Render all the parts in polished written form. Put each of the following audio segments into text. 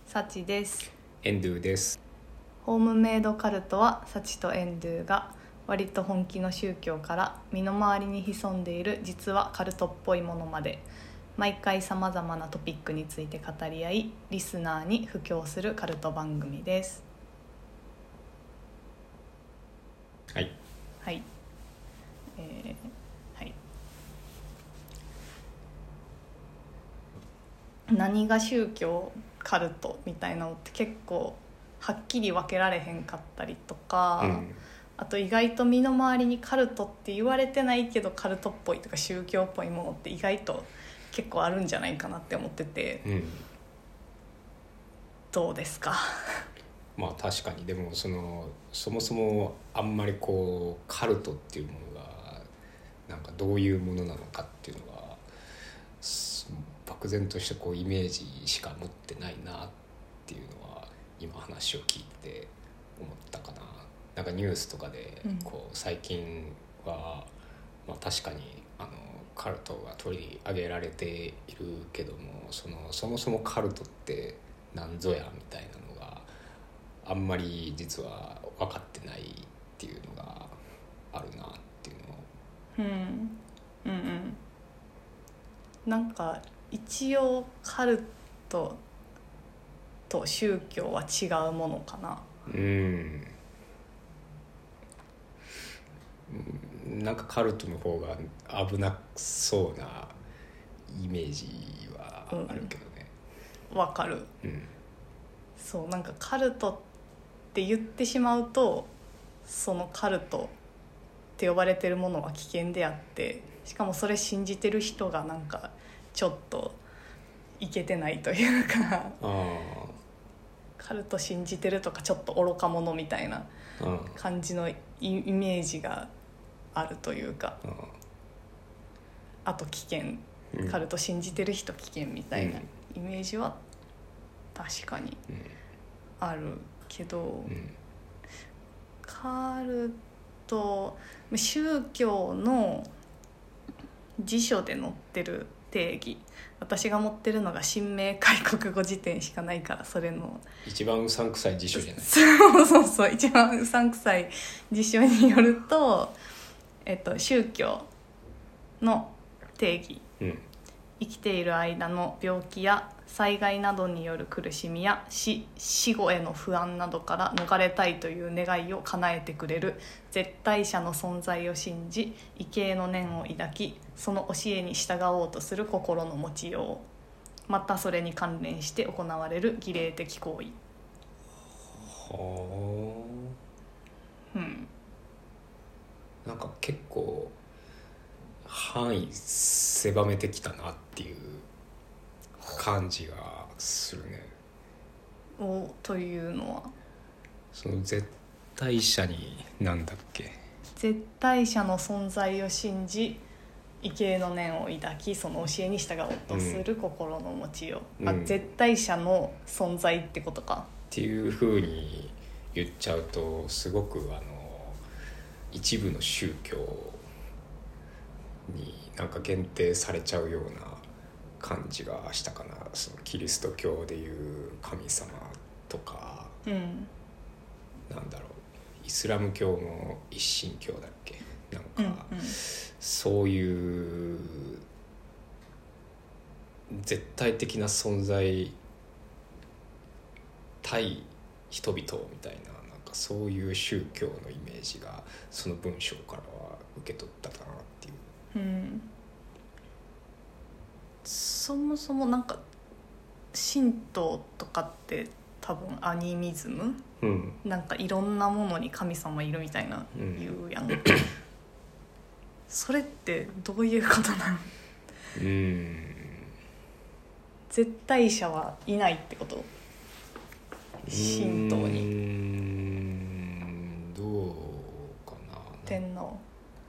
サチです。 エンドゥです。 ホームメイドカルトはサチとエンドゥが割と本気の宗教から身の回りに潜んでいる実はカルトっぽいものまで毎回さまざまなトピックについて語り合いリスナーに布教するカルト番組です。 はいはい、はい、何が宗教カルトみたいなのって結構はっきり分けられへんかったりとか、あと意外と身の回りにカルトって言われてないけどカルトっぽいとか宗教っぽいものって意外と結構あるんじゃないかなって思ってて、どうですか？ まあ確かに。でもそもそもあんまりこうカルトっていうものがなんかどういうものなのかっていうのが漠然としたこうイメージしか持ってないなっていうのは今話を聞いて思ったかな。なんかニュースとかでこう最近は、まあ、確かにカルトが取り上げられているけども、そもそもカルトって何ぞやみたいなのがあんまり実は分かってないっていうのがあるなっていうのを、 なんか一応カルトと宗教は違うものかな。 なんかカルトの方が危なそうなイメージはあるけどね。 わかる。そう、なんかカルトって言ってしまうとそのカルトって呼ばれてるものは危険であって、しかもそれ信じてる人がなんかちょっとイケてないというかカルト信じてるとかちょっと愚か者みたいな感じのイメージがあるというか、あと危険、カルト信じてる人危険みたいなイメージは確かにあるけど、カルト宗教の辞書で載ってる定義、私が持ってるのが新明解国語辞典しかないから、それの一番うさんくさい辞書じゃない？ そう一番うさんくさい辞書によると、宗教の定義、生きている間の病気や災害などによる苦しみや死後への不安などから逃れたいという願いを叶えてくれる絶対者の存在を信じ、畏敬の念を抱き、その教えに従おうとする心の持ちよう、またそれに関連して行われる儀礼的行為。 なんか結構範囲狭めてきたなっていう感じがするね。 というのは、 その絶対者になんだっけ、 絶対者の存在を信じ畏敬の念を抱き、その教えに従おうとする心の持ちよう、絶対者の存在ってことかっていう風に言っちゃうと、すごく一部の宗教になんか限定されちゃうような感じがしたかな。そのキリスト教でいう神様とか、なんだろう、イスラム教の一神教だっけ、なんか、そういう絶対的な存在対人々みたいな、なんかそういう宗教のイメージがその文章からは受け取ったかなっていう。 そもそもなんか神道とかって多分アニミズム、なんかいろんなものに神様いるみたいな言うやん、それってどういうことなの？絶対者はいないってこと？神道にどうかな。 天皇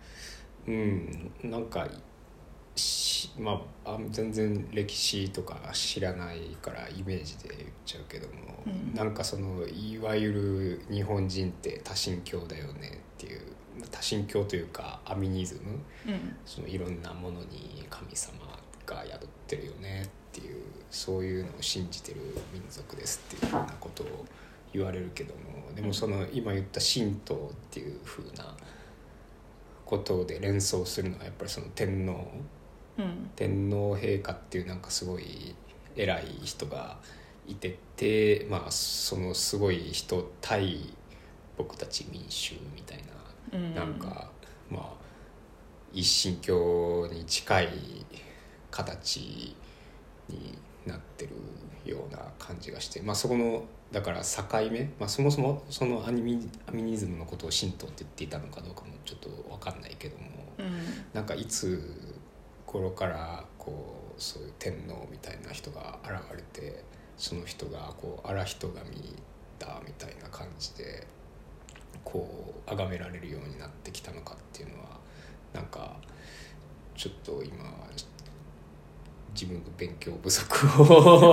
なんかまあ全然歴史とか知らないからイメージで言っちゃうけども、なんかそのいわゆる日本人って多神教だよねっていう、多神教というかアミニズム、そのいろんなものに神様が宿ってるよねっっていう、そういうのを信じてる民族ですっていうふうなことを言われるけども、でもその今言った神道っていうふうなことで連想するのはやっぱりその天皇陛下っていうなんかすごい偉い人がいてて、まあそのすごい人対僕たち民衆みたいな、なんかまあ一神教に近い形になってるような感じがして、まあそこのだから境目、まあ、そもそもそのアミニズムのことを神道って言っていたのかどうかもちょっと分かんないけども、なんかいつ頃からこうそういう天皇みたいな人が現れて、その人がこう荒人神だみたいな感じでこう崇められるようになってきたのかっていうのは、なんかちょっと今自分の勉強不足を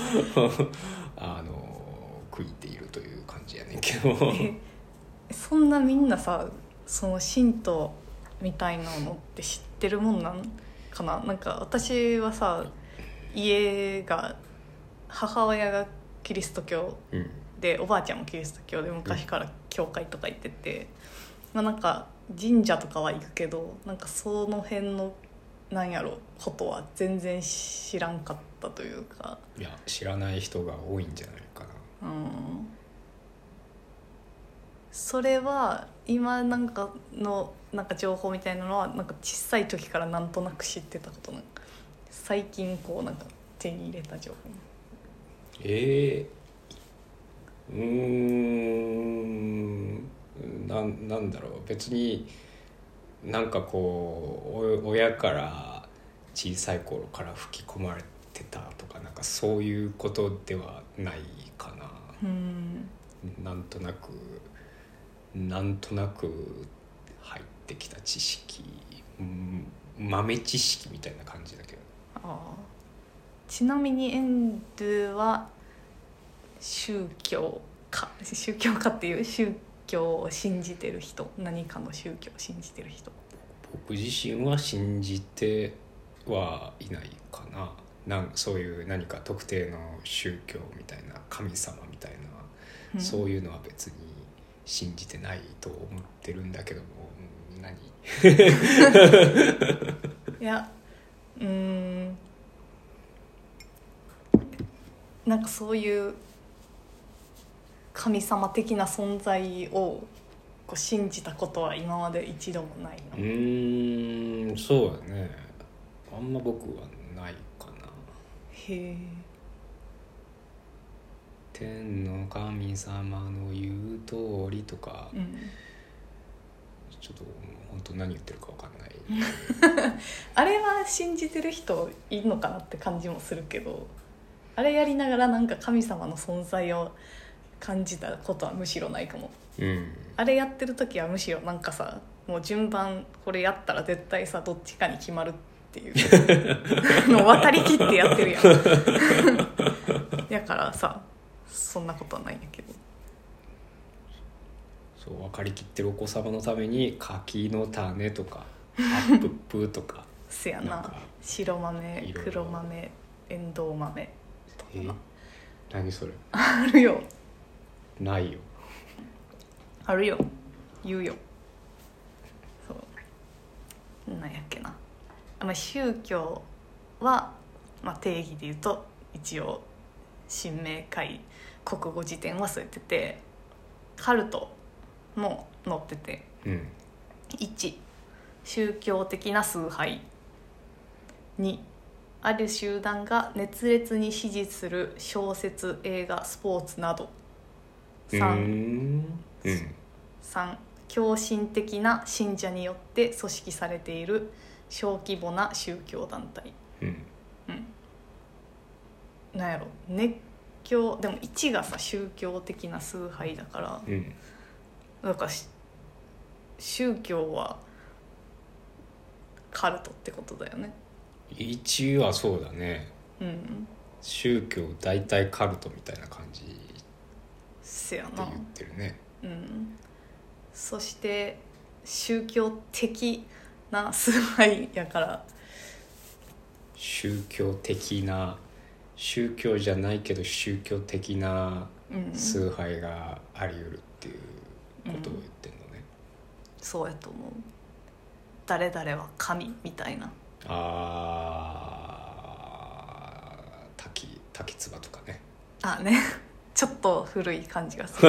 悔いているという感じやねんけどそんなみんなさ、その神道みたいなのって知ってるもんなんかな。なんか私はさ、家が母親がキリスト教で、おばあちゃんもキリスト教で昔から教会とか行ってて、まあ、なんか神社とかは行くけど、なんかその辺のなんやろことは全然知らんかったというか。 いや知らない人が多いんじゃないかな。 それは今なんかのなんか情報みたいなのはなんか小さい時からなんとなく知ってたことなんか、最近こうなんか手に入れた情報。 なんだろう、別になんかこう親から小さい頃から吹き込まれてたとか、なんかそういうことではないかな。なんとなく入ってきた知識、豆知識みたいな感じだけど。 ちなみにエンドゥは宗教家っていう宗教を信じてる人、何かの宗教を信じてる人。 僕自身は信じてはいないかな。そういう何か特定の宗教みたいな、神様みたいな、そういうのは別に信じてないと思ってるんだけども、何いやなんかそういう神様的な存在をこう信じたことは今まで一度もないな。 そうだね、あんま僕はないかな。 へえ。 天の神様の言う通りとか、ちょっと本当何言ってるか分かんないあれは信じてる人いるのかなって感じもするけど、あれやりながらなんか神様の存在を感じたことはむしろないかも。あれやってる時はむしろなんかさ、もう順番これやったら絶対さどっちかに決まるっていうのを渡りきってやってるやんだからさそんなことはないんだけど、 そう分かりきってるお子様のために柿の種とかアップップとかせやな、白豆、黒豆、エンドウ豆とかな。 何それあるよ。 ないよ。 あるよ、言うよ。そうなんやっけな、宗教は、定義で言うと一応新明解国語辞典はそうやってて、カルトも載ってて、1宗教的な崇拝、2ある集団が熱烈に支持する小説、映画、スポーツなど、3狂信的な信者によって組織されている小規模な宗教団体、なんやろ、熱狂でも1がさ宗教的な崇拝だから、だから宗教はカルトってことだよね。 1はそうだね、宗教大体カルトみたいな感じせやなって言ってるね。 そして宗教的な崇拝やから、 宗教的な宗教じゃないけど宗教的なうん崇拝があり得るっていうことを言ってるのね、 そうやと思う。誰々は神みたいな。 滝つばとかね。 あねちょっと古い感じがする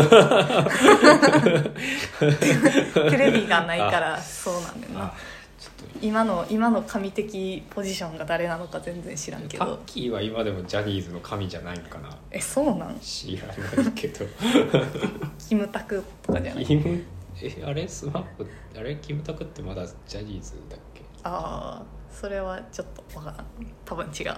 テレビがないからそうなんだよな。 ちょっと今の神的ポジションが誰なのか全然知らんけタッど。 キーは今でもジャニーズの神じゃないのかな。 そうなん？ 知らないけどキムタクとかじゃない？ あれスマップあれキムタクってまだジャニーズだっけ。 ああそれはちょっとわからん。多分違う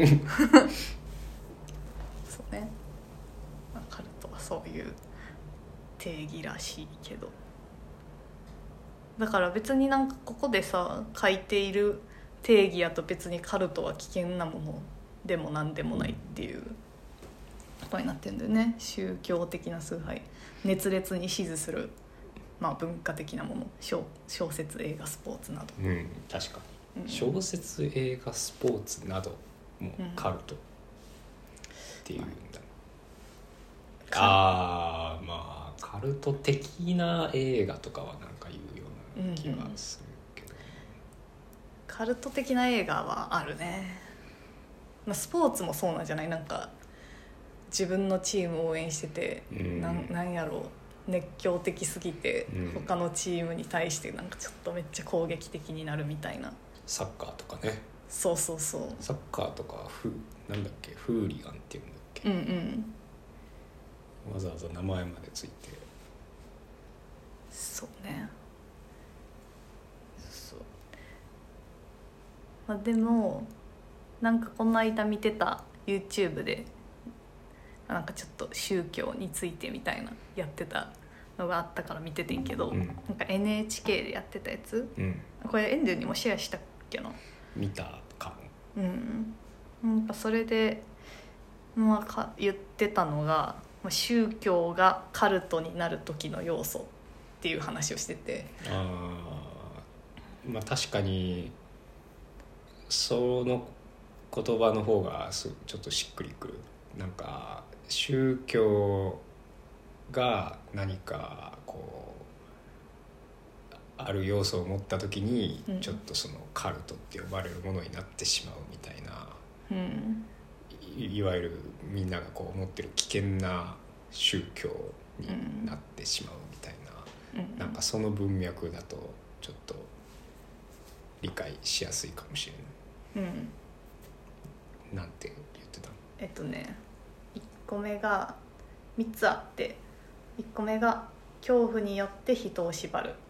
そうね。カルトはそういう定義らしいけど、だから別になんかここでさ書いている定義やと別にカルトは危険なものでも何でもないっていうことになってるんだよね。宗教的な崇拝、熱烈に支持する、文化的なもの、小説、映画、スポーツなど、 確かに、 うん小説映画スポーツなどもカルトっていうんだ、カルト的な映画とかはなんか言うような気がするけど、 カルト的な映画はあるね。スポーツもそうなんじゃない？なんか自分のチームを応援してて、なんやろう、熱狂的すぎて、他のチームに対してなんかちょっとめっちゃ攻撃的になるみたいな。 サッカーとかね。 そうそうそう。 サッカーとかなんだっけ、フーリガンっていうんだっけ、わざわざ名前までついて。 そうね。そう、でもなんかこの間見てた YouTube でなんかちょっと宗教についてみたいなやってたのがあったから見ててんけど、なんか NHK でやってたやつ、これエンドゥにもシェアしたっけな。 見たかも。 なんかそれで、言ってたのが宗教がカルトになる時の要素っていう話をしてて、 確かにその言葉の方がちょっとしっくりくる。なんか宗教が何かこうある要素を持った時に、ちょっとそのカルトって呼ばれるものになってしまうみたいな、いわゆるみんながこう思ってる危険な宗教になってしまうみたいな、なんかその文脈だとちょっと理解しやすいかもしれない。なんて言ってたの？ 1個目が3つあって、1個目が恐怖によって人を縛る、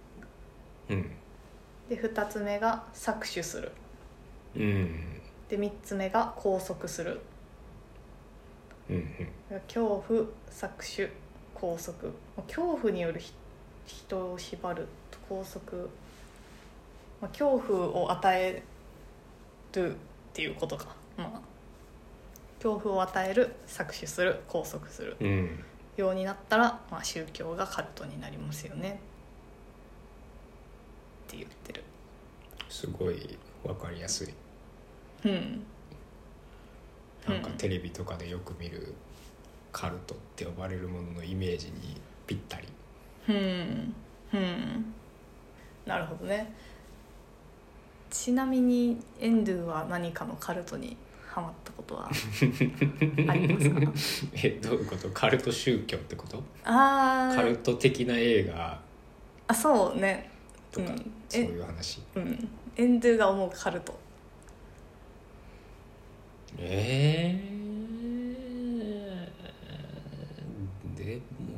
で2つ目が搾取する、で3つ目が拘束する、恐怖、搾取、拘束。恐怖による人を縛る、拘束、恐怖を与えるっていうことか。恐怖を与える、搾取する、拘束する、ようになったら、宗教がカルトになりますよねって言ってる。 すごい分かりやすい。なんかテレビとかでよく見るカルトって呼ばれるもののイメージにぴったり。 なるほどね。ちなみにエンドゥは何かのカルトにハマったことはありますか？ どういうこと？カルト宗教ってこと？ カルト的な映画そうねとか、そういう話。 エンドゥが思うカルト。 でも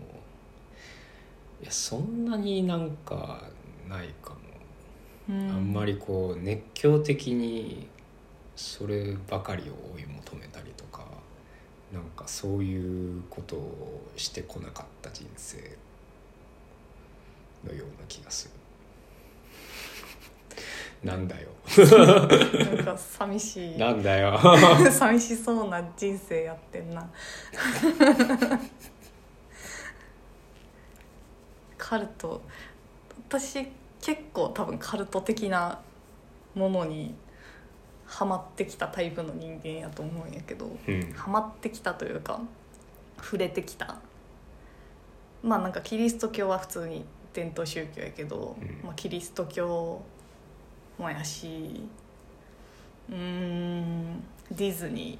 いやそんなになんかないかも。あんまりこう熱狂的にそればかりを追い求めたりとか、なんかそういうことをしてこなかった人生のような気がする。なんだよなんか寂しいなんだよ寂しそうな人生やってんなカルト、私結構多分カルト的なものにハマってきたタイプの人間やと思うんやけど、 うんハマってきたというか触れてきた、まあなんかキリスト教は普通に伝統宗教やけど、まあ、キリスト教もやし、ディズニ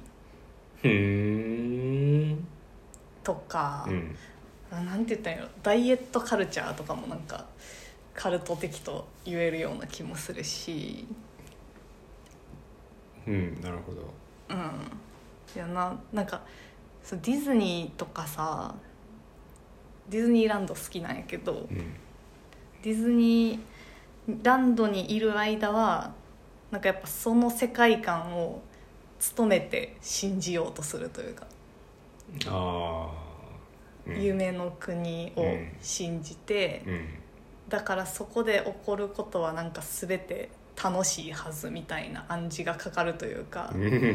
ーとか、なんて言ったんやろ、ダイエットカルチャーとかもなんかカルト的と言えるような気もするし、 なるほど。 いやなんかそうディズニーとかさ、ディズニーランド好きなんやけど、ディズニーランドにいる間はなんかやっぱその世界観を努めて信じようとするというか、夢の国を信じて、だからそこで起こることはなんか全て楽しいはずみたいな暗示がかかるというか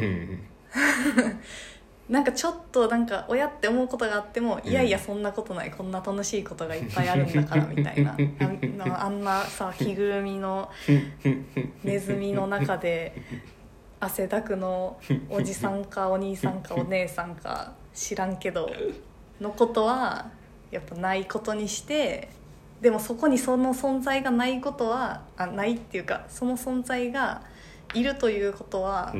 なんかちょっとなんか親って思うことがあっても、いやいやそんなことない、こんな楽しいことがいっぱいあるんだからみたいなあんなさ着ぐるみのネズミの中で汗だくのおじさんかお兄さんかお姉さんか知らんけどのことはやっぱないことにして、でもそこにその存在がないことはないっていうか、その存在がいるということは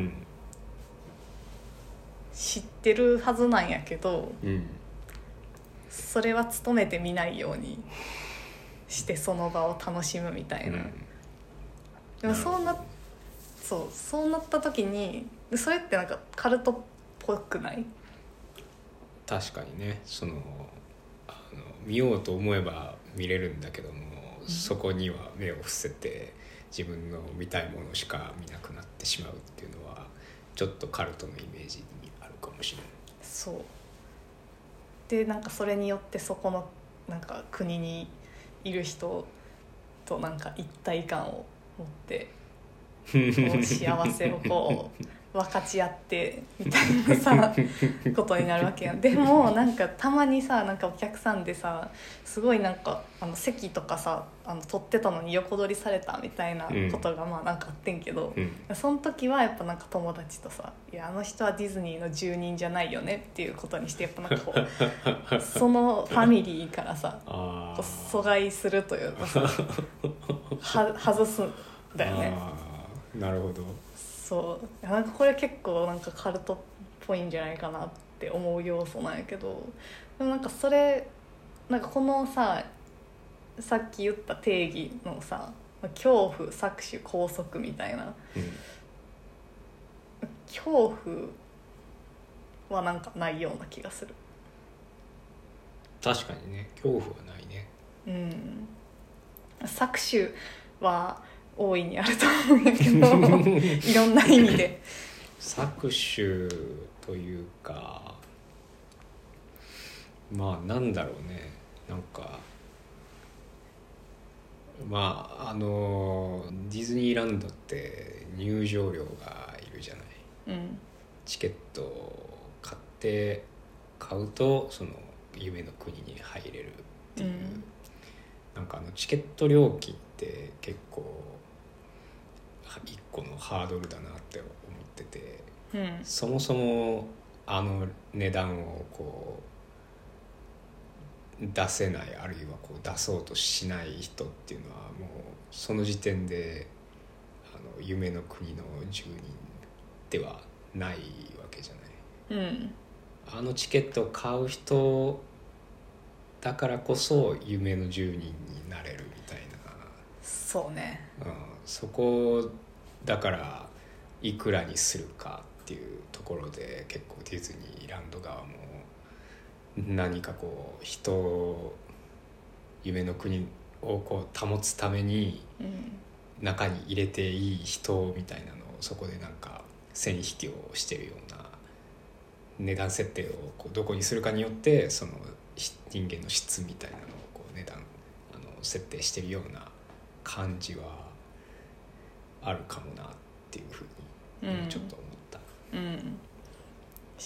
知ってるはずなんやけど、それは努めてみないようにしてその場を楽しむみたいな、でもそうなった時にそれってなんかカルトっぽくない？ 確かにね、見ようと思えば見れるんだけども、そこには目を伏せて自分の見たいものしか見なくなってしまうっていうのはちょっとカルトのイメージにあるかもしれない。 そうで、なんかそれによってそこのなんか国にいる人となんか一体感を持ってこう幸せをこう分かち合ってみたいなさことになるわけやん。でもなんかたまにさ、なんかお客さんでさ、すごいなんか席とかさ取ってたのに横取りされたみたいなことがまあなんかあってんけど、その時はやっぱなんか友達とさ、いやあの人はディズニーの住人じゃないよねっていうことにして、やっぱなんかこうそのファミリーからさこう阻害するというかさ外すんだよね。 なるほど。 そうなんかこれ結構なんかカルトっぽいんじゃないかなって思う要素なんやけど、でもなんかそれなんかこのさっき言った定義のさ、恐怖搾取拘束みたいな、恐怖はなんかないような気がする。 確かにね、恐怖はないね。 搾取は大いにあると思うんやけどいろんな意味で搾取というか、まあなんだろうね、なんかまあディズニーランドって入場料がいるじゃない、チケットを買うとその夢の国に入れるっていう、なんかチケット料金って結構一個のハードルだなって思ってて、そもそも値段をこう出せない、あるいはこう出そうとしない人っていうのはもうその時点で夢の国の住人ではないわけじゃない、チケットを買う人だからこそ夢の住人になれるみたいな。 そうね、 そこだからいくらにするかっていうところで結構ディズニーランド側も何かこう人を夢の国をこう保つために中に入れていい人みたいなのをそこでなんか線引きをしてるような値段設定をこうどこにするかによってその人間の質みたいなのをこう値段設定してるような感じはあるかもなっていうふうにちょっと思った。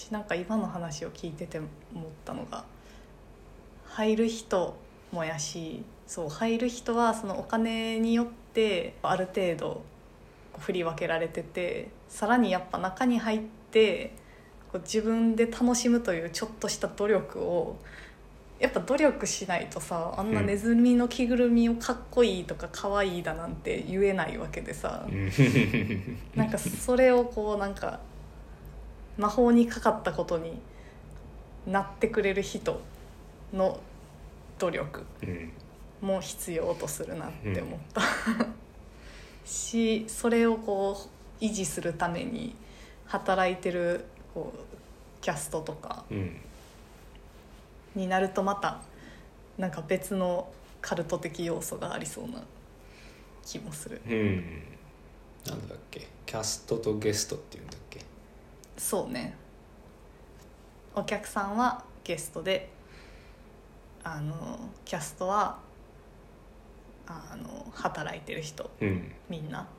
なんか今の話を聞いてて思ったのが、入る人もやし、そう入る人はそのお金によってある程度こう振り分けられてて、さらにやっぱ中に入ってこう自分で楽しむというちょっとした努力を、やっぱ努力しないとさ、あんなネズミの着ぐるみをかっこいいとかかわいいだなんて言えないわけでさ、なんかそれをこうなんか魔法にかかったことになってくれる人の努力も必要とするなって思った、し、それをこう維持するために働いてるこうキャストとかになると、またなんか別のカルト的要素がありそうな気もする。 なんだっけ、キャストとゲストっていうんだっけ。 そうね、お客さんはゲストで、キャストは働いてる人、みんな、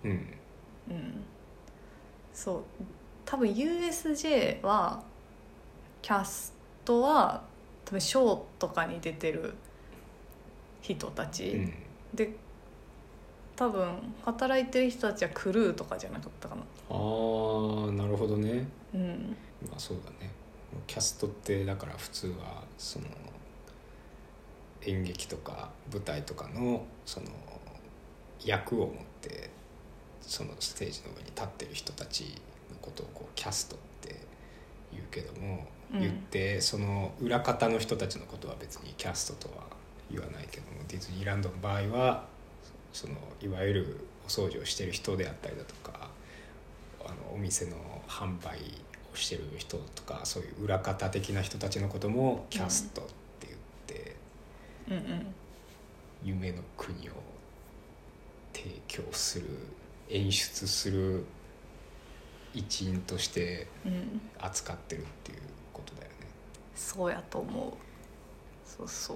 そう、多分 USJ はキャストは多分ショーとかに出てる人たち、で多分働いてる人たちはクルーとかじゃなかったかな。 ああ、なるほどね。まあそうだね。キャストってだから普通はその演劇とか舞台とかのその役を持ってそのステージの上に立ってる人たちのことをこうキャストって言うけども、言ってその裏方の人たちのことは別にキャストとは言わないけども、ディズニーランドの場合はそのいわゆるお掃除をしてる人であったりだとか、お店の販売をしてる人とか、そういう裏方的な人たちのこともキャストって言って、夢の国を提供する、演出する一員として扱ってるっていうことだよね。 そうやと思う。そうそう、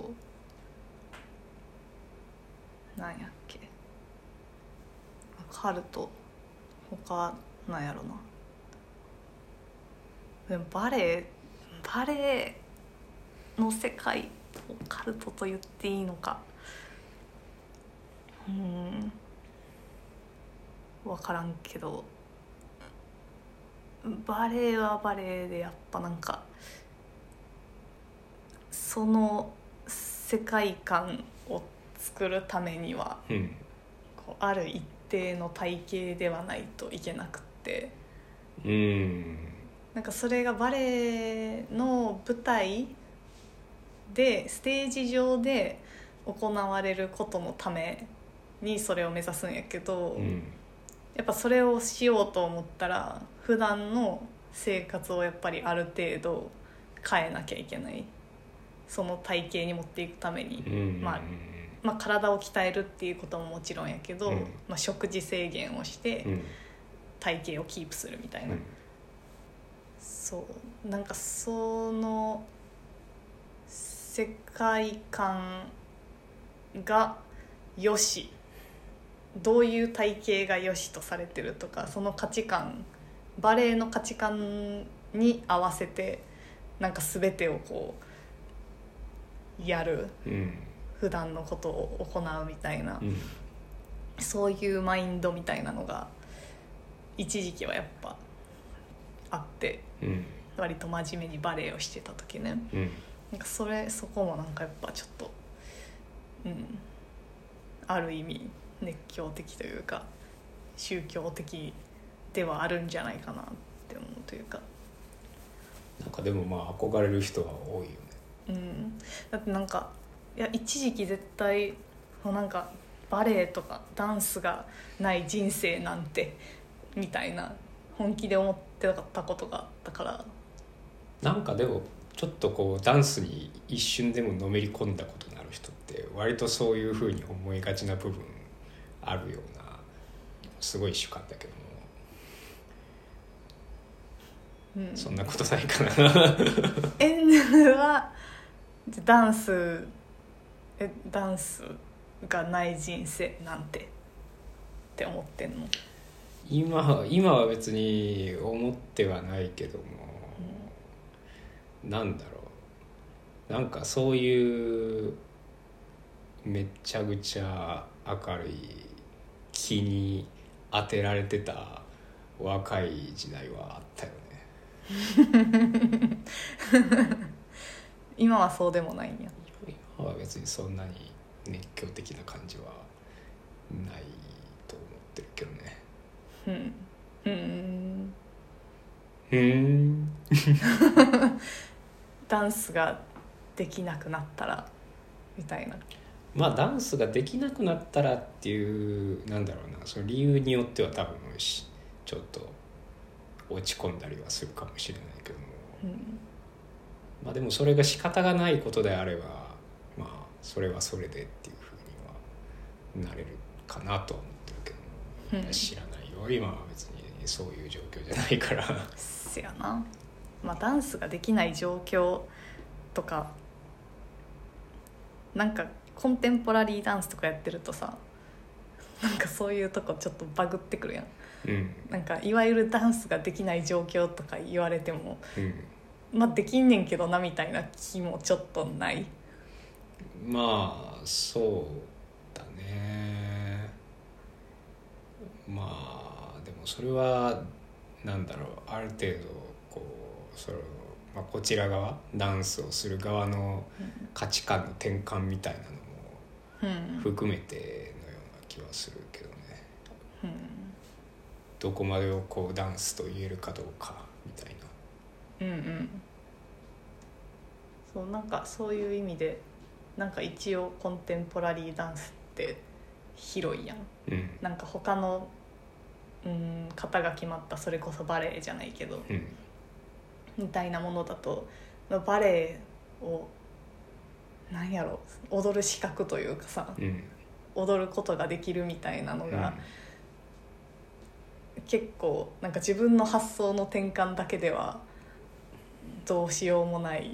なんやっけ、カルト他なんやろな。でもバレエの世界をカルトと言っていいのか分からんけど、バレエはバレエでやっぱなんかその世界観を作るためには、こうある一定の体型ではないといけなくって、なんかそれがバレエの舞台でステージ上で行われることのためにそれを目指すんやけど、やっぱそれをしようと思ったら普段の生活をやっぱりある程度変えなきゃいけない。その体型に持っていくために、まあ体を鍛えるっていうことももちろんやけど、食事制限をして体型をキープするみたいな、そうなんかその世界観がよし、どういう体型がよしとされてるとか、その価値観、バレエの価値観に合わせてなんか全てをこうやる、普段のことを行うみたいな、そういうマインドみたいなのが一時期はやっぱあって、割と真面目にバレエをしてた時ね、なんかそこもなんかやっぱちょっと、ある意味熱狂的というか宗教的ではあるんじゃないかなって思うというか、 なんかでもまあ憧れる人は多いよね。 だってなんかいや一時期絶対なんかバレエとかダンスがない人生なんてみたいな本気で思ってたことがあったから、 なんかでもちょっとこうダンスに一瞬でものめり込んだことのある人って割とそういう風に思いがちな部分あるような、すごい主観だけども、そんなことないかな。 N はダンスがない人生なんてって思ってんの？ 今は別に思ってはないけども、なんだろう、なんかそういうめっちゃくちゃ明るい気に当てられてた若い時代はあったよね。 今はそうでもないんや。 今は別にそんなに熱狂的な感じはないと思ってるけどね。 ダンスができなくなったらみたいな。 まあダンスができなくなったらっていうなんだろうな、その理由によっては多分ちょっと落ち込んだりはするかもしれないけども、まあでもそれが仕方がないことであれば、まあそれはそれでっていうふうにはなれるかなとは思ってるけど、知らないよ、今は別にそういう状況じゃないから。 せやな。まあダンスができない状況とか、なんかコンテンポラリーダンスとかやってるとさ、なんかそういうとこちょっとバグってくるやん。なんかいわゆるダンスができない状況とか言われても、まあできんねんけどなみたいな気もちょっとない？ まあそうだね。まあでもそれはなんだろう、ある程度こうまあ、こちら側ダンスをする側の価値観の転換みたいなのも含めてのような気はするけどね、どこまでをこうダンスと言えるかどうかみたいな。 そう、なんかそういう意味でなんか一応コンテンポラリーダンスって広いやん、なんか他の型が決まったそれこそバレエじゃないけど、みたいなものだとバレエをなんやろ踊る資格というかさ、踊ることができるみたいなのが、結構なんか自分の発想の転換だけではどうしようもない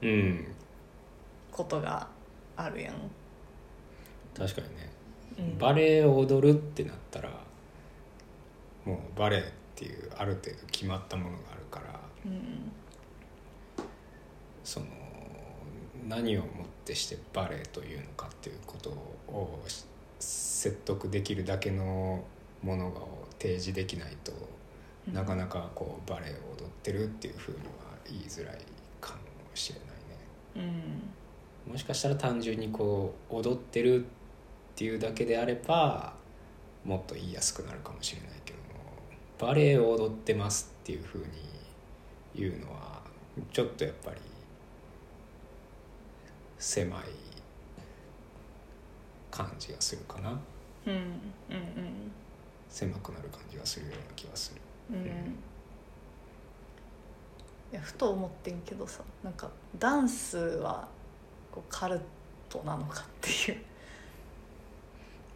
ことがあるやん。 確かにね、バレエを踊るってなったらもうバレエっていうある程度決まったものがあるから、その何をもってしてバレエというのかっていうことを説得できるだけのものを提示できないと、なかなかこうバレエを踊ってるっていうふうには言いづらいかもしれないね。もしかしたら単純にこう踊ってるっていうだけであればもっと言いやすくなるかもしれないけども、バレエを踊ってますっていうふうに言うのはちょっとやっぱり狭い感じがするかな。狭くなる感じがするような気がする。 いやふと思ってんけどさ、なんかダンスはこうカルトなのかっていう、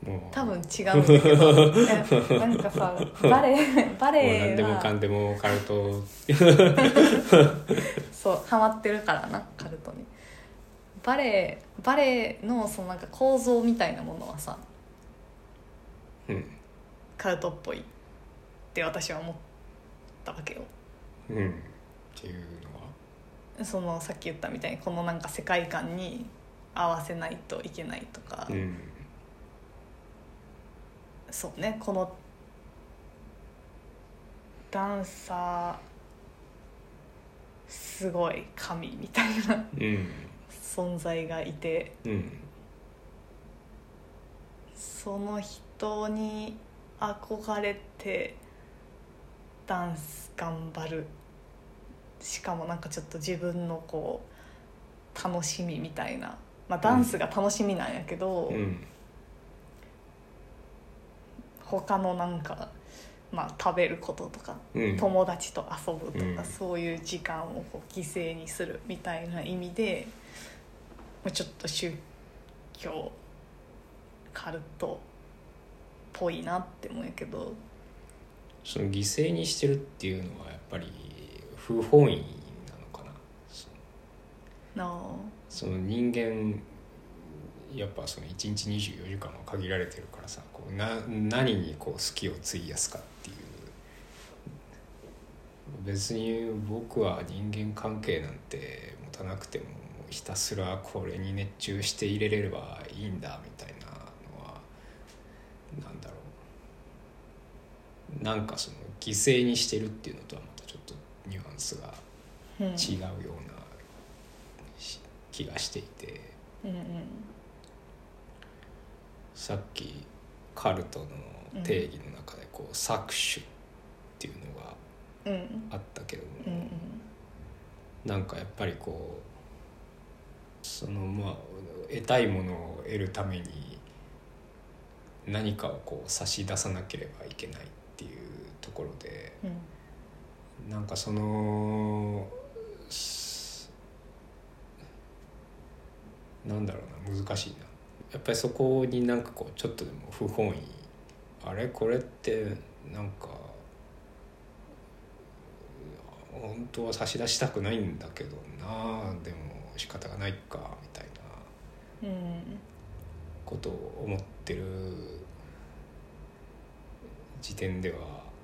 多分違うんだけどなんかさバレエは何でもかんでもカルトそうハマってるからな、カルトに。バレエのそのなんか構造みたいなものはさ、カルトっぽいって私は思ったわけよ。 っていうのはそのさっき言ったみたいにこのなんか世界観に合わせないといけないとか、そうね、このダンサーすごい神みたいな、存在がいて、その人に憧れてダンス頑張る、しかもなんかちょっと自分のこう楽しみみたいな、まあダンスが楽しみなんやけど、他のなんか、まあ、食べることとか、友達と遊ぶとか、そういう時間をこう犠牲にするみたいな意味でちょっと宗教カルトっぽいなって思うんやけど、 その犠牲にしてるっていうのはやっぱり不本意なのかな。その人間やっぱその1日24時間は限られてるからさ、こう何にこう好きを費やすかっていう、別に僕は人間関係なんて持たなくてもひたすらこれに熱中して入れれればいいんだみたいなのはなんだろなんかその犠牲にしてるっていうのとはまたちょっとニュアンスが違うような気がしていて、 うんうんさっきカルトの定義の中でこう搾取っていうのがあったけども、 うんうんなんかやっぱりこうそのまあ得たいものを得るために何かをこう差し出さなければいけないっていうところで、なんかそのなんだろうな、難しいな。やっぱりそこになんかこうちょっとでも不本意、あれこれってなんか本当は差し出したくないんだけどな、でも仕方がないかみたいなことを思ってる時点では、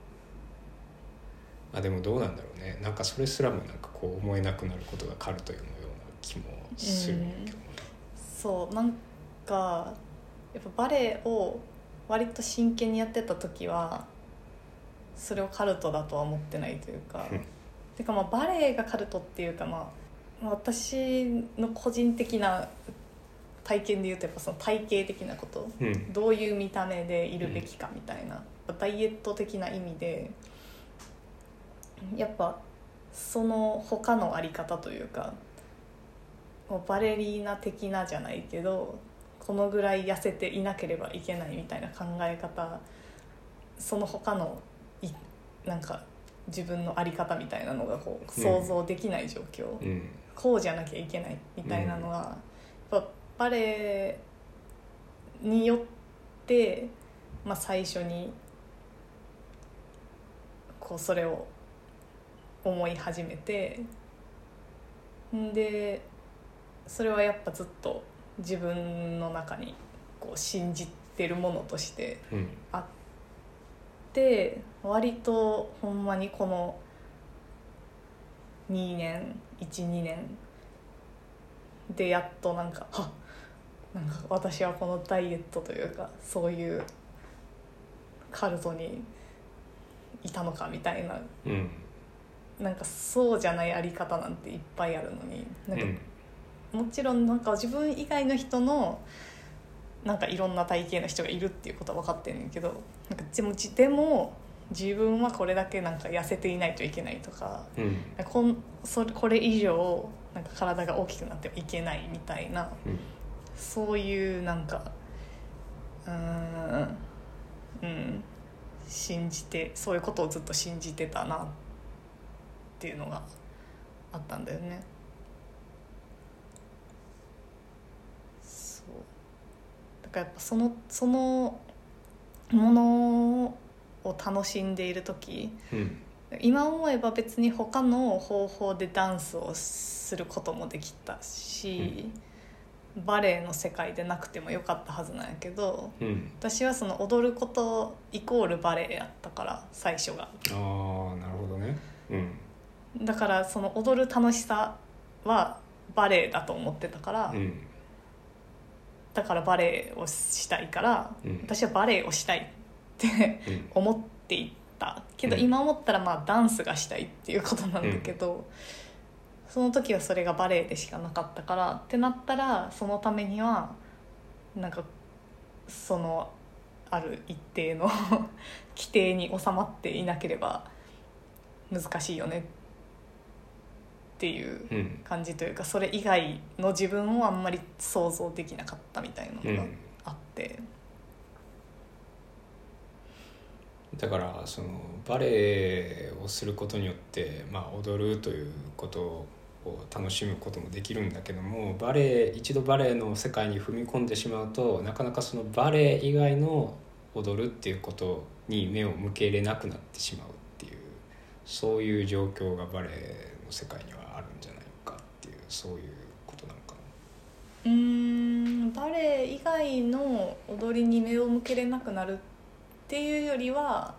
でもどうなんだろうね、なんかそれすらもなんかこう思えなくなることがカルトのような気もするんだけどね。 そうなんかやっぱバレエを割と真剣にやってた時はそれをカルトだとは思ってないというか、てかまあバレエがカルトっていうか、まあ私の個人的な体験でいうとやっぱその体型的なこと、どういう見た目でいるべきかみたいな、ダイエット的な意味でやっぱその他のあり方というか、もうバレリーナ的なじゃないけどこのぐらい痩せていなければいけないみたいな考え方、その他のなんか自分のあり方みたいなのがこう想像できない状況、こうじゃなきゃいけないみたいなのは、やっぱバレエによって、最初にこうそれを思い始めて、でそれはやっぱずっと自分の中にこう信じてるものとしてあって、割とほんまにこの2年 1,2 年でやっとなんか私はこのダイエットというかそういうカルトにいたのかみたいな、なんかそうじゃないあり方なんていっぱいあるのに、なんかもちろんなんか自分以外の人のなんかいろんな体型の人がいるっていうことは分かってるんだけど、なんかでも自分はこれだけなんか痩せていないといけないとか、これ以上なんか体が大きくなってはいけないみたいな、そういうなんか信じて、そういうことをずっと信じてたなっていうのがあったんだよね。だからやっぱそのものを楽しんでいる時、今思えば別に他の方法でダンスをすることもできたし、バレエの世界でなくてもよかったはずなんやけど、私はその踊ることイコールバレエやったから最初が。 なるほどね。 だからその踊る楽しさはバレエだと思ってたから、だからバレエをしたいから、私はバレエをしたいって思っていったけど、今思ったらダンスがしたいっていうことなんだけど、その時はそれがバレエでしかなかったからってなったら、そのためにはなんかそのある一定の規定に収まっていなければ難しいよねっていう感じというか、それ以外の自分をあんまり想像できなかったみたいなのがあって、 だからそのバレエをすることによって、踊るということを楽しむこともできるんだけども、一度バレエの世界に踏み込んでしまうと、なかなかそのバレエ以外の踊るっていうことに目を向けれなくなってしまうっていう、そういう状況がバレエの世界にはあるんじゃないかっていう、そういうことなのかな。バレエ以外の踊りに目を向けれなくなるっていうよりは、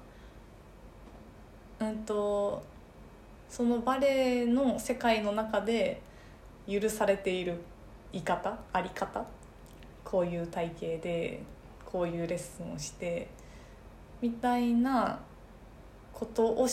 そのバレエの世界の中で許されているあり方、こういう体型でこういうレッスンをしてみたいなことを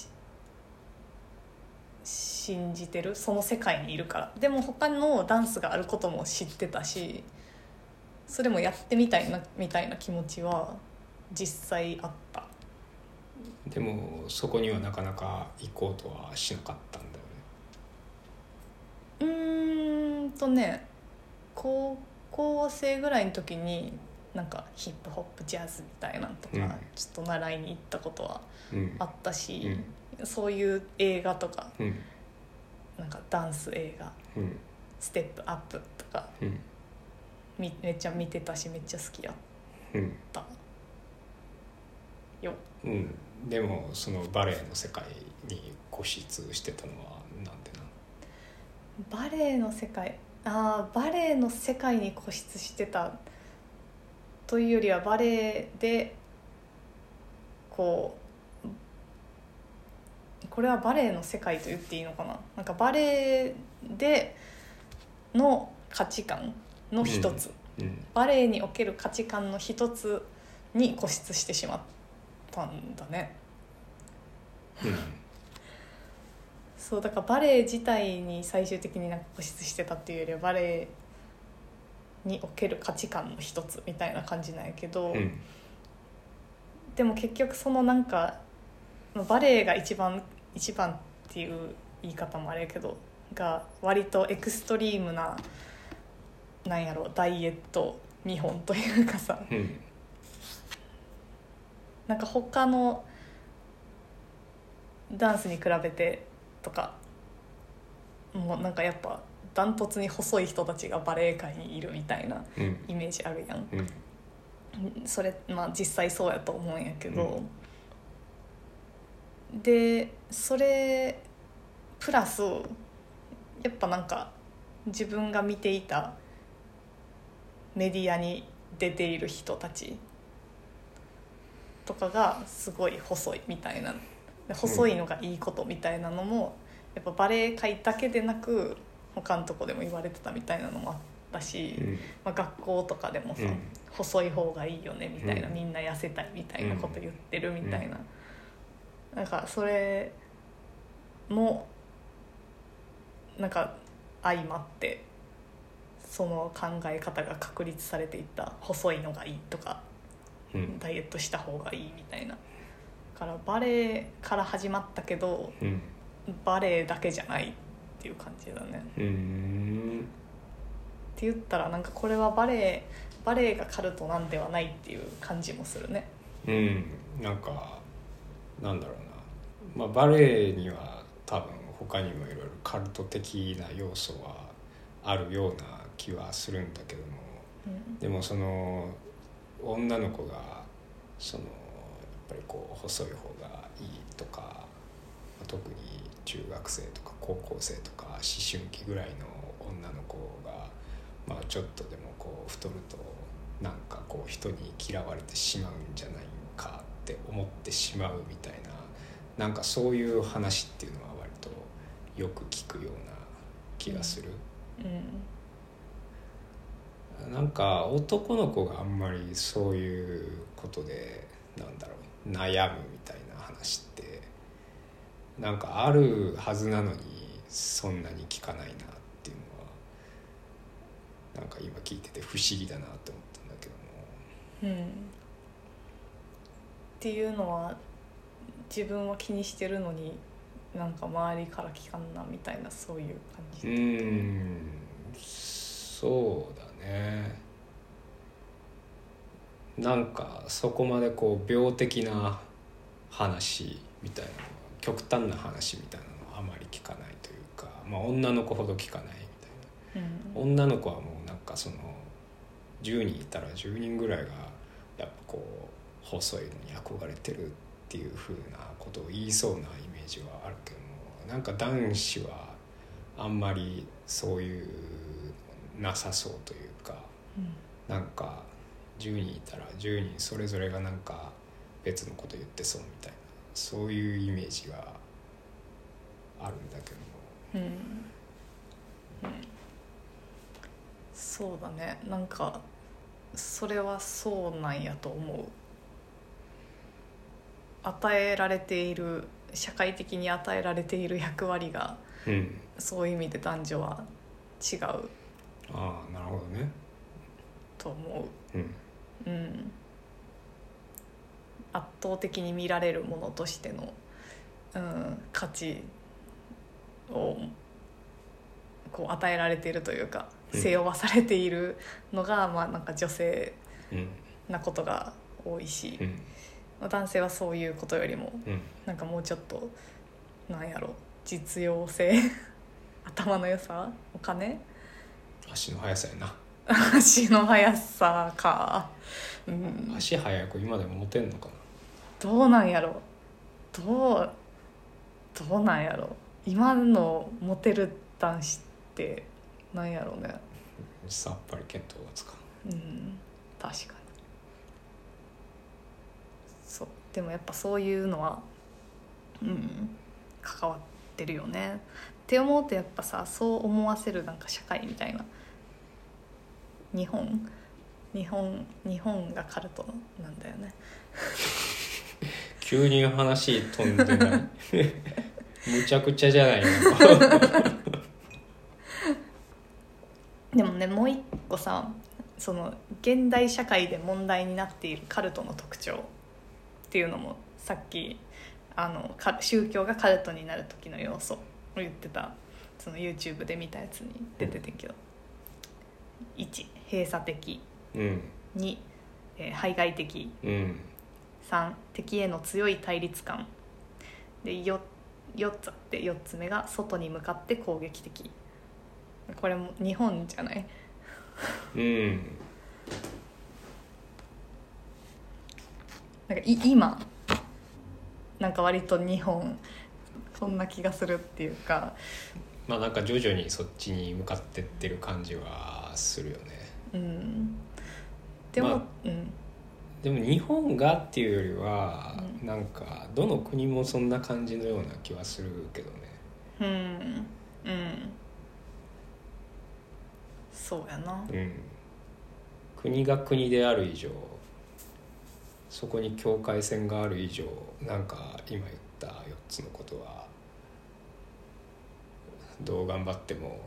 信じてる、その世界にいるから。でも他のダンスがあることも知ってたし、それもやってみたいなみたいな気持ちは実際あった。 でもそこにはなかなか行こうとはしなかったんだよね。高校生ぐらいの時になんかヒップホップジャズみたいなのとか、ちょっと習いに行ったことはあったし、そういう映画とか、なんかダンス映画、ステップアップとか、めっちゃ見てたし、めっちゃ好きやったよ。 でもそのバレエの世界に固執してたのはなんでな？ バレエの世界、バレエの世界に固執してたというよりは、バレエでこれはバレエの世界と言っていいのかな、なんかバレエでの価値観の一つ、バレエにおける価値観の一つに固執してしまったんだね。そうだからバレエ自体に最終的になんか固執してたっていうよりは、バレエにおける価値観の一つみたいな感じなんやけど、でも結局そのなんかバレエが一番っていう言い方もあれやけどが割とエクストリームな、なんやろ、ダイエット見本というかさ、なんか他のダンスに比べてとか、もうなんかやっぱダントツに細い人たちがバレエ界にいるみたいなイメージあるやん、それ実際そうやと思うんやけど、でそれプラスやっぱなんか自分が見ていたメディアに出ている人たちとかがすごい細いみたいな、細いのがいいことみたいなのもやっぱバレエ界だけでなく他のとこでも言われてたみたいなのもあったし、学校とかでもさ、細い方がいいよねみたいな、みんな痩せたいみたいなこと言ってるみたいな、なんかそれもなんか相まってその考え方が確立されていった。細いのがいいとか、ダイエットした方がいいみたいな。だからバレエから始まったけど、バレエだけじゃないっていう感じだね。って言ったらなんかこれはバレエがカルトなんではないっていう感じもするね。 なんかなんだろうな、バレエには多分他にもいろいろカルト的な要素はあるような気はするんだけども、でもその女の子がそのやっぱりこう細い方がいいとか、特に中学生とか高校生とか思春期ぐらいの女の子が、ちょっとでもこう太るとなんかこう人に嫌われてしまうんじゃないかって思ってしまうみたいな、なんかそういう話っていうのは割とよく聞くような気がする。なんか男の子があんまりそういうことでなんだろう悩むみたいな話ってなんかあるはずなのにそんなに聞かないなっていうのはなんか今聞いてて不思議だなって思ったんだけども、 っていうのは自分は気にしてるのになんか周りから聞かんなみたいな、そういう感じ。 そうだね。なんかそこまでこう病的な話みたいなのは、極端な話みたいなのはあまり聞かないというか、女の子ほど聞かないみたいな、女の子はもうなんかその10人いたら10人ぐらいがやっぱこう細いのに憧れてるっていう風なことを言いそうなイメージはあるけども、なんか男子はあんまりそういうなさそうというか、なんか10人いたら10人それぞれがなんか別のこと言ってそうみたいな、そういうイメージがあるんだけども、 そうだね。なんかそれはそうなんやと思う。 与えられている社会的に与えられている役割が、 うん、 そういう意味で男女は違うああなるほどね。 と思うんう、うん、圧倒的に見られるものとしての、価値をこう与えられているというか、背負わされているのが、まあ、なんか女性なことが多いし、男性はそういうことよりも、なんかもうちょっとなんやろ実用性頭の良さ、お金、 足の速さやな。 足の速さか、 足速い子今でもモテんのかな。 どうなんやろ、どうなんやろ、今のモテる男子ってなんやろうね。 さっぱり見当がつかん。 確かにそう。でもやっぱそういうのは関わってるよねって思うと、やっぱさ、そう思わせるなんか社会みたいな、日本がカルトなんだよね。 急に話飛んでないむちゃくちゃじゃないのでもね、もう一個さ、その現代社会で問題になっているカルトの特徴っていうのも、さっき宗教がカルトになる時の要素を言ってた、その YouTube で見たやつに出ててんけど、1、閉鎖的、2、排外的、3、敵への強い対立感で、4つあって、4つ目が外に向かって攻撃的。これも日本じゃない？なんか今なんか割と日本そんな気がするっていうか、 まあなんか徐々にそっちに向かってってる感じはするよね。 でも、 でも日本がっていうよりは、なんかどの国もそんな感じのような気はするけどね。 そうやな、 国が国である以上、そこに境界線がある以上、なんか今言った4つのことはどう頑張っても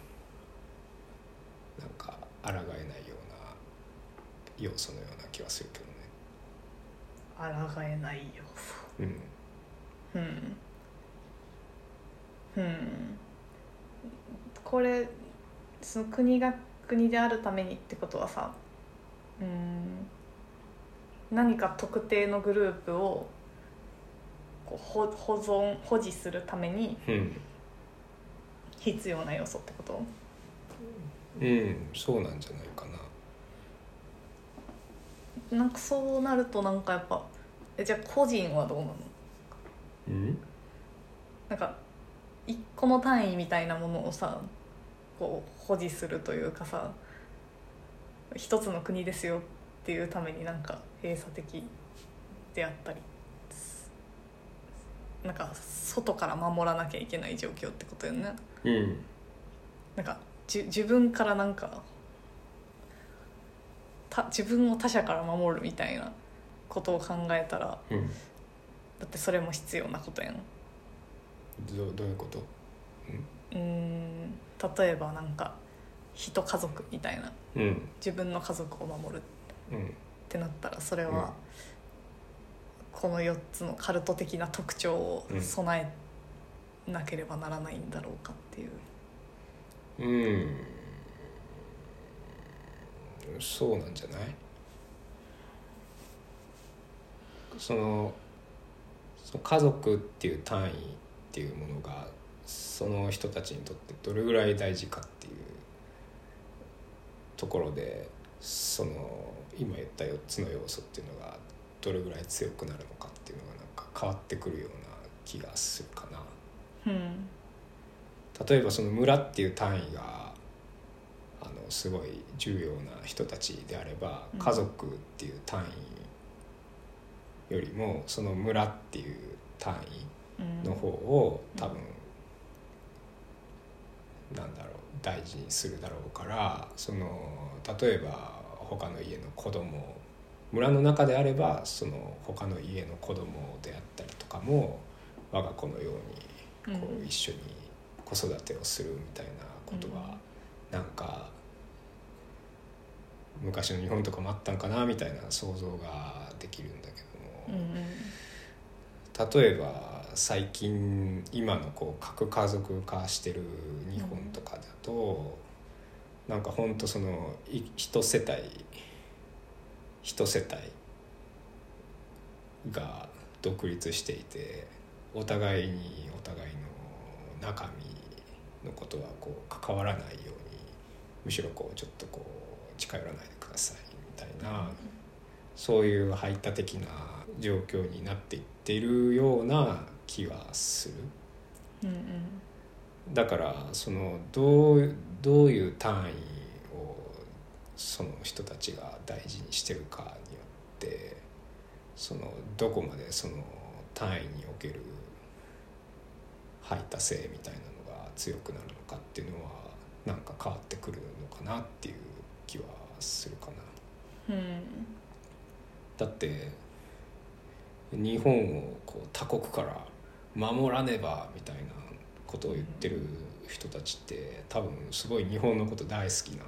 なんか抗えないような要素のような気はするけどね。 抗えない要素。これその国が国であるためにってことはさ、何か特定のグループをこう保持するために必要な要素ってこと？ そうなんじゃないかな。 なんかそうなると、なんかやっぱじゃあ個人はどうなの？なんか一個の単位みたいなものをさ、こう保持するというかさ、一つの国ですよっていうためになんか閉鎖的であったり、なんか外から守らなきゃいけない状況ってことよね。なんか自分からなんか自分を他者から守るみたいなことを考えたら、だってそれも必要なことやん。 どういうこと？ 例えばなんか一家族みたいな、自分の家族を守るってなったら、それはこの4つのカルト的な特徴を備えなければならないんだろうかっていう。 そうなんじゃない？その家族っていう単位っていうものがその人たちにとってどれぐらい大事かっていうところで、その今言った4つの要素っていうのがどれぐらい強くなるのかっていうのがなんか変わってくるような気がするかな。例えばその村っていう単位がすごい重要な人たちであれば、家族っていう単位よりもその村っていう単位の方を多分なんだろう、大事にするだろうから、その例えば他の家の子供村の中であればその他の家の子供であったりとかも我が子のようにこう一緒に子育てをするみたいなことはなんか昔の日本とかもあったんかなみたいな想像ができるんだけども、例えば最近今のこう核家族化してる日本とかだと、なんかほんとその一世帯が独立していてお互いにお互いの中身のことはこう関わらないようにむしろこうちょっとこう近寄らないでくださいみたいな、そういう排他的な状況になっていっているような気はする、だからそのどういう単位をその人たちが大事にしてるかによってそのどこまでその単位における排他性みたいなのが強くなるのかっていうのはなんか変わってくるのかなっていう気はするかな、だって日本をこう他国から守らねばみたいなことを言ってる人たちって多分すごい日本のこと大好きな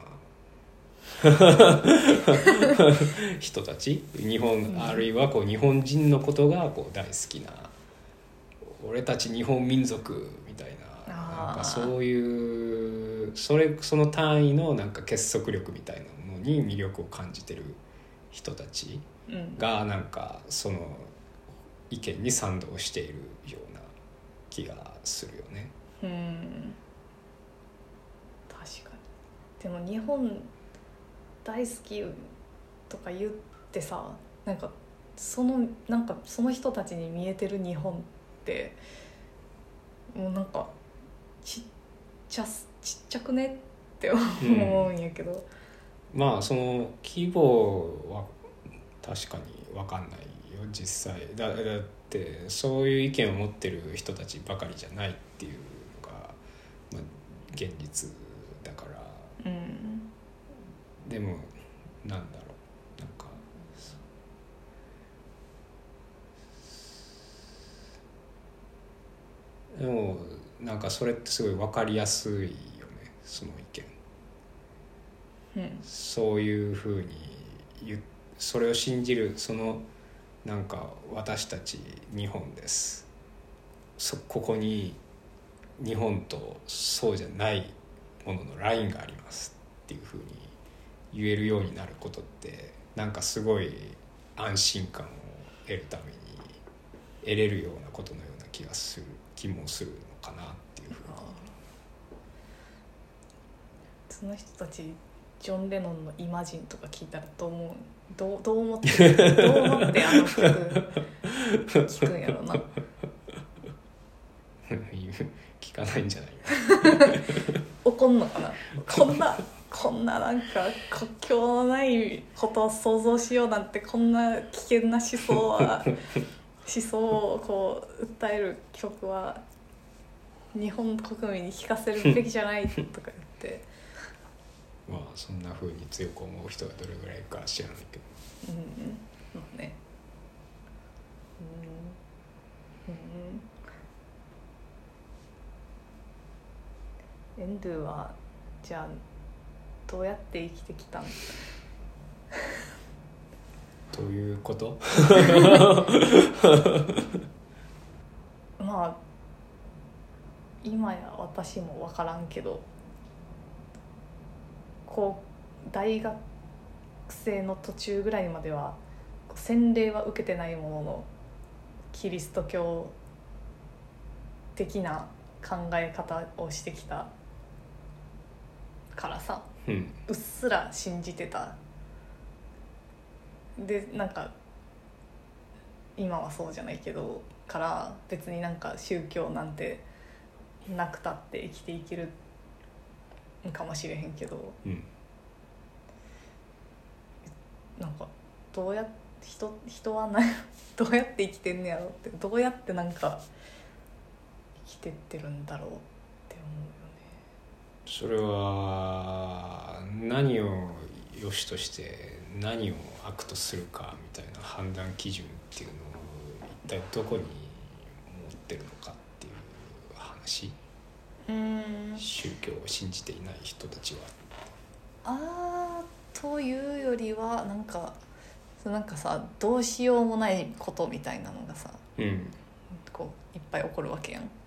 人たち、日本あるいはこう日本人のことがこう大好きな俺たち日本民族みたいな、なんかそういうその単位のなんか結束力みたいなものに魅力を感じてる人たちがなんかその意見に賛同しているような気がするよね。 確かに。でも日本大好きとか言ってさ、なんかその人たちに見えてる日本ってもうなんかちっちゃくねって思うんやけど、 まあその規模は確かに分かんないよ実際。だってそういう意見を持ってる人たちばかりじゃないっていうのが、まあ、現実だから、でもなんだろう、なんかでもなんかそれってすごい分かりやすいよね、その意見、そういうふうにそれを信じる、そのなんか私たち日本です、ここに日本とそうじゃないもののラインがありますっていうふうに言えるようになることってなんかすごい安心感を得るために得れるようなことのような気もするのかなっていうふうに。 その人たちジョン・レノンのイマジンとか聞いたらどう思ってあの曲聞くんやろな。 聞かないんじゃない怒んのかな。こんななんか国境のないことを想像しようなんて、こんな危険な思想をこう訴える曲は日本国民に聴かせるべきじゃないとか言ってまあそんな風に強く思う人がどれぐらいか知らないけど、 まあね、エンドゥはじゃあどうやって生きてきたんだ。 どういうこと？ まあ今や私も分からんけど、こう大学生の途中ぐらいまでは洗礼は受けてないもののキリスト教的な考え方をしてきたからさ、うっすら信じてた。でなんか今はそうじゃないけどから別になんか宗教なんてなくたって生きていけるかもしれへんけど、なんかどうやって人はどうやって生きてんねやろって、どうやってなんか生きてってるんだろうって思うよね。 それは何を良しとして何を悪とするかみたいな判断基準っていうのを一体どこに持ってるのかっていう話。宗教を信じていない人たちはというよりはなんかさ、どうしようもないことみたいなのがさ、こういっぱい起こるわけやん、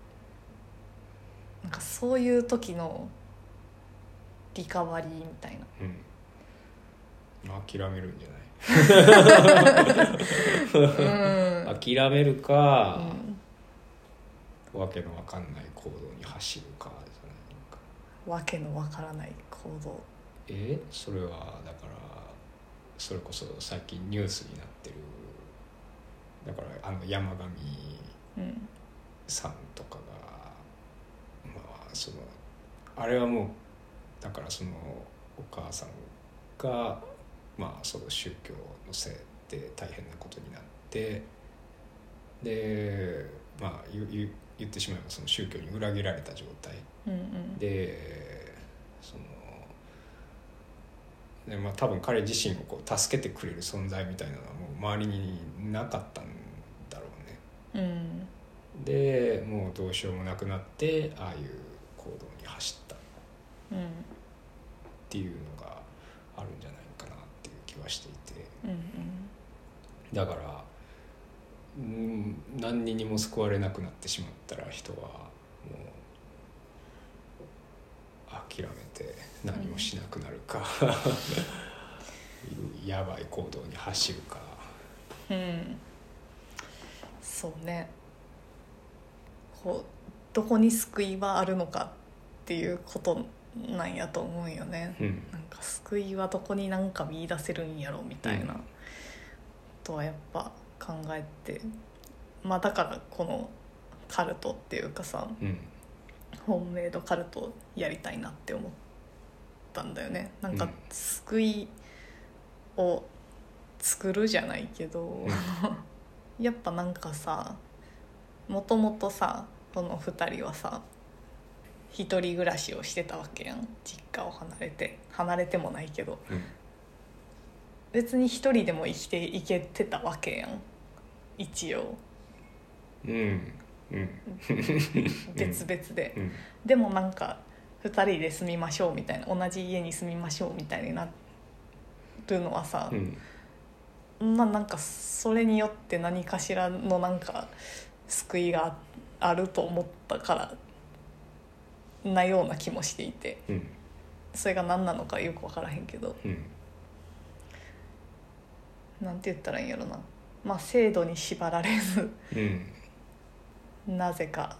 なんかそういう時のリカバリーみたいな、 諦めるんじゃない諦めるか、わけのわかんない行動に走るかじゃないか。 わけのわからない行動、 それはだからそれこそ最近ニュースになってる、だから山上さんとかが、あれはもうだからそのお母さんがその宗教のせいで大変なことになって、で言ってしまえばその宗教に裏切られた状態、で多分彼自身をこう助けてくれる存在みたいなのはもう周りになかったんだろうね、でもうどうしようもなくなってああいう行動に走ったっていうのがあるんじゃないかなっていう気はしていて、だから何にも救われなくなってしまったら人はもう諦めて何もしなくなるか、やばい行動に走るか、 そうね、こうどこに救いはあるのかっていうことなんやと思うよね、なんか救いはどこになんか見出せるんやろみたいなとはやっぱ考えて、だからこのカルトっていうかさ、ホームメイドカルトやりたいなって思ったんだよね。なんか救いを作るじゃないけど、やっぱなんかさ、もともとさこの2人はさ一人暮らしをしてたわけやん、実家を離れてもないけど、別に一人でも生きていけてたわけやん一応、別々で、でもなんか2人で住みましょうみたいな、同じ家に住みましょうみたいになるのはさ、なんかそれによって何かしらのなんか救いがあると思ったからなような気もしていて、それが何なのかよく分からへんけど、なんて言ったらいいんやろな、制度に縛られず、なぜか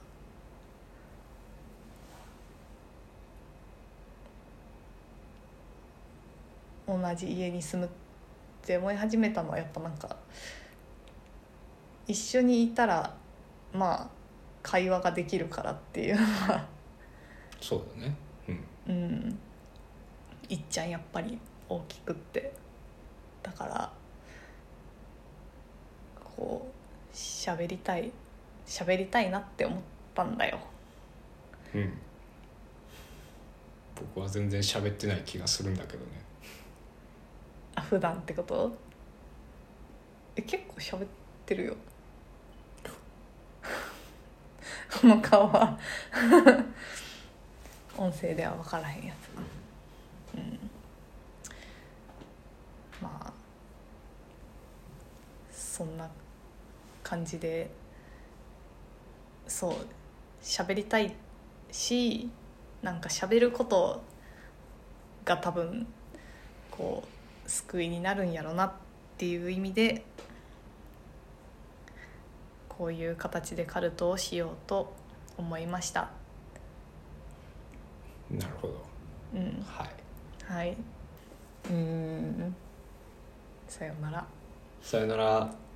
同じ家に住むって思い始めたのはやっぱなんか一緒にいたら会話ができるからっていうのはそうだね、 いっちゃんやっぱり大きくって、だからこう喋りたいなって思ったんだよ。 僕は全然喋ってない気がするんだけどね。 普段ってこと？結構喋ってるよこの顔は音声では分からへんやつな、そんな感じで、そう喋りたいし、なんか喋ることが多分こう救いになるんやろなっていう意味で、こういう形でカルトをしようと思いました。 なるほど、 はい、さよなら。 さよなら。